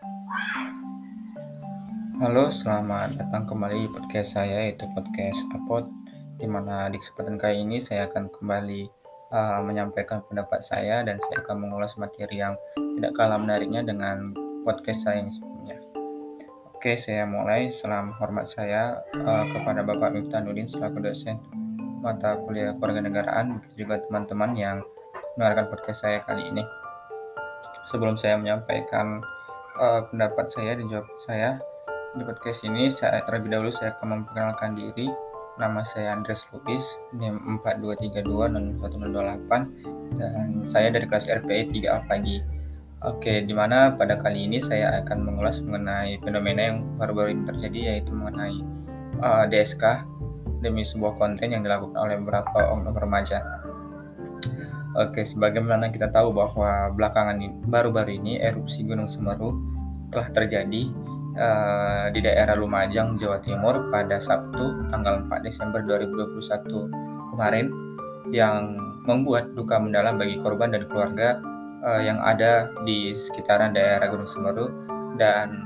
Halo, selamat datang kembali di podcast saya, yaitu podcast Apot, di mana di kesempatan kali ini saya akan kembali menyampaikan pendapat saya dan saya akan mengulas materi yang tidak kalah menariknya dengan podcast saya yang sebelumnya. Oke, saya mulai. Salam hormat saya kepada Bapak Miftah Nudin selaku dosen mata kuliah Kewarganegaraan, begitu juga teman-teman yang mendengarkan podcast saya kali ini. Sebelum saya menyampaikan pendapat saya dan jawaban saya, di podcast ini terlebih dahulu saya akan memperkenalkan diri. Nama saya Andres Luis, NIM 42320108 dan saya dari kelas RPE 3A pagi. Oke, di mana pada kali ini saya akan mengulas mengenai fenomena yang baru-baru ini terjadi, yaitu mengenai DSK demi sebuah konten yang dilakukan oleh beberapa oknum remaja. Oke, sebagaimana kita tahu bahwa belakangan ini, baru-baru ini erupsi Gunung Semeru telah terjadi di daerah Lumajang, Jawa Timur pada Sabtu tanggal 4 Desember 2021 kemarin yang membuat duka mendalam bagi korban dan keluarga yang ada di sekitaran daerah Gunung Semeru, dan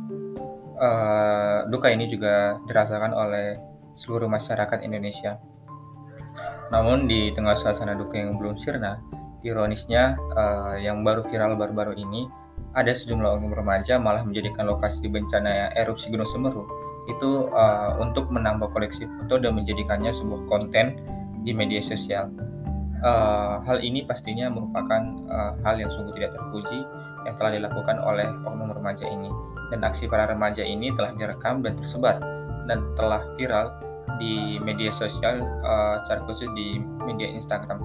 duka ini juga dirasakan oleh seluruh masyarakat Indonesia. Namun di tengah suasana duka yang belum sirna, ironisnya yang baru viral baru-baru ini, ada sejumlah oknum remaja malah menjadikan lokasi bencana erupsi Gunung Semeru itu untuk menambah koleksi foto dan menjadikannya sebuah konten di media sosial. Hal ini pastinya merupakan hal yang sungguh tidak terpuji yang telah dilakukan oleh oknum remaja ini, dan aksi para remaja ini telah direkam dan tersebar dan telah viral di media sosial, secara khusus di media Instagram.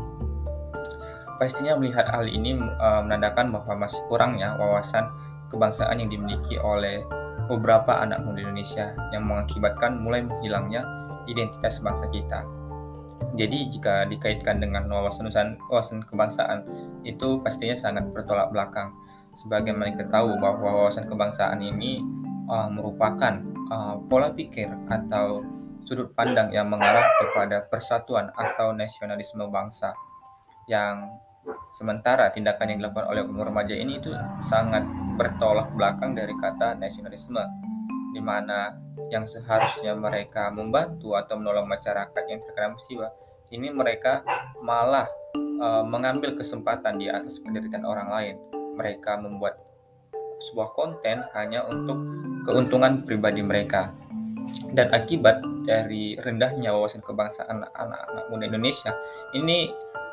Pastinya melihat hal ini menandakan bahwa masih kurangnya wawasan kebangsaan yang dimiliki oleh beberapa anak muda Indonesia yang mengakibatkan mulai hilangnya identitas bangsa kita. Jadi jika dikaitkan dengan wawasan kebangsaan, itu pastinya sangat bertolak belakang. Sebagaimana kita tahu bahwa wawasan kebangsaan ini merupakan pola pikir atau sudut pandang yang mengarah kepada persatuan atau nasionalisme bangsa, yang sementara tindakan yang dilakukan oleh oknum remaja ini itu sangat bertolak belakang dari kata nasionalisme, di mana yang seharusnya mereka membantu atau menolong masyarakat yang terkena musibah, ini mereka malah mengambil kesempatan di atas penderitaan orang lain. Mereka membuat sebuah konten hanya untuk keuntungan pribadi mereka. Dan akibat dari rendahnya wawasan kebangsaan anak-anak muda Indonesia ini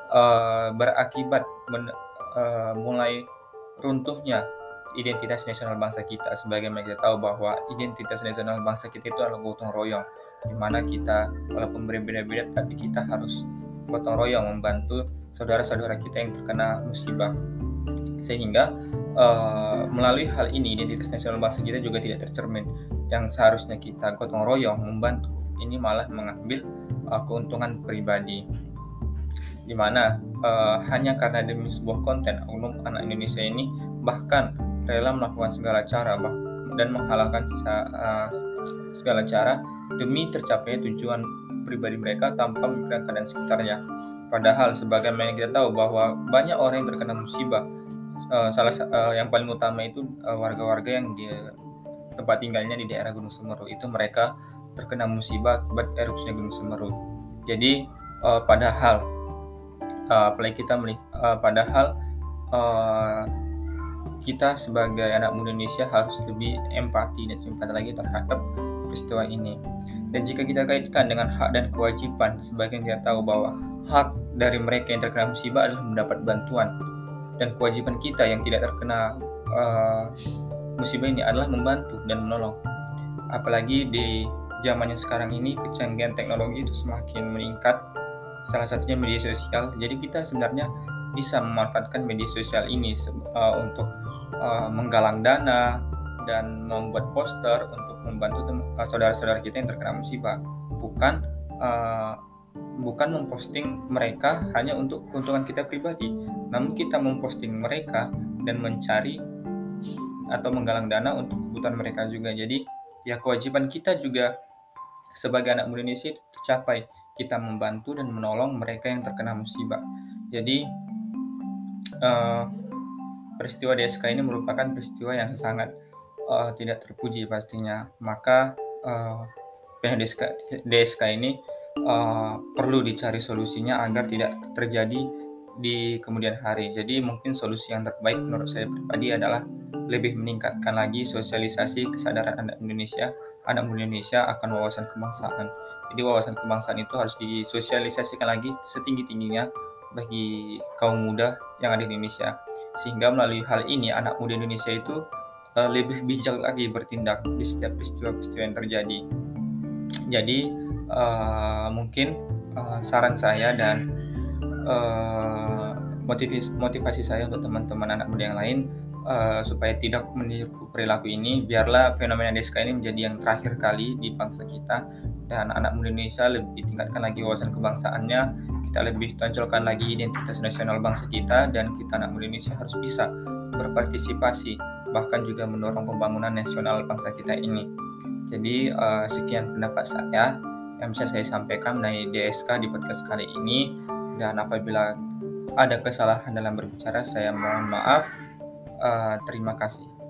berakibat mulai runtuhnya identitas nasional bangsa kita. Sebagaimana kita tahu bahwa identitas nasional bangsa kita itu adalah gotong royong, di mana kita walaupun berbeda-beda tapi kita harus gotong royong membantu saudara-saudara kita yang terkena musibah. Sehingga melalui hal ini identitas nasional bangsa kita juga tidak tercermin. Yang seharusnya kita gotong royong membantu, ini malah mengambil keuntungan pribadi, di mana hanya karena demi sebuah konten, oknum anak Indonesia ini bahkan rela melakukan segala cara dan menghalalkan segala cara demi tercapai tujuan pribadi mereka tanpa memikirkan keadaan sekitarnya. Padahal sebagaimana kita tahu bahwa banyak orang yang terkena musibah, yang paling utama itu warga-warga yang di tempat tinggalnya di daerah Gunung Semeru, itu mereka terkena musibah akibat erupsinya Gunung Semeru. Jadi padahal kita sebagai anak muda Indonesia harus lebih empati dan simpati lagi terhadap peristiwa ini. Dan jika kita kaitkan dengan hak dan kewajiban, sebagian kita tahu bahwa hak dari mereka yang terkena musibah adalah mendapat bantuan, dan kewajiban kita yang tidak terkena musibah ini adalah membantu dan menolong. Apalagi di zaman yang sekarang ini, kecanggihan teknologi itu semakin meningkat, salah satunya media sosial. Jadi kita sebenarnya bisa memanfaatkan media sosial ini untuk menggalang dana dan membuat poster untuk membantu saudara-saudara kita yang terkena musibah, bukan memposting mereka hanya untuk keuntungan kita pribadi, namun kita memposting mereka dan mencari atau menggalang dana untuk kebutuhan mereka juga. Jadi ya kewajiban kita juga sebagai anak muda Indonesia itu tercapai, kita membantu dan menolong mereka yang terkena musibah. Jadi peristiwa DSK ini merupakan peristiwa yang sangat tidak terpuji pastinya. Maka pihak DSK ini perlu dicari solusinya agar tidak terjadi di kemudian hari. Jadi mungkin solusi yang terbaik menurut saya pribadi adalah lebih meningkatkan lagi sosialisasi kesadaran anak muda Indonesia akan wawasan kebangsaan. Jadi wawasan kebangsaan itu harus disosialisasikan lagi setinggi-tingginya bagi kaum muda yang ada di Indonesia. Sehingga melalui hal ini anak muda Indonesia itu lebih bijak lagi bertindak di setiap peristiwa-peristiwa yang terjadi. Jadi mungkin saran saya dan motivasi saya untuk teman-teman anak muda yang lain supaya tidak meniru perilaku ini, biarlah fenomena DSK ini menjadi yang terakhir kali di bangsa kita, dan anak muda Indonesia lebih tingkatkan lagi wawasan kebangsaannya, kita lebih tonjolkan lagi identitas nasional bangsa kita, dan kita anak muda Indonesia harus bisa berpartisipasi, bahkan juga mendorong pembangunan nasional bangsa kita ini. Jadi sekian pendapat saya yang bisa saya sampaikan mengenai DSK di podcast kali ini, dan apabila ada kesalahan dalam berbicara saya mohon maaf. Terima kasih.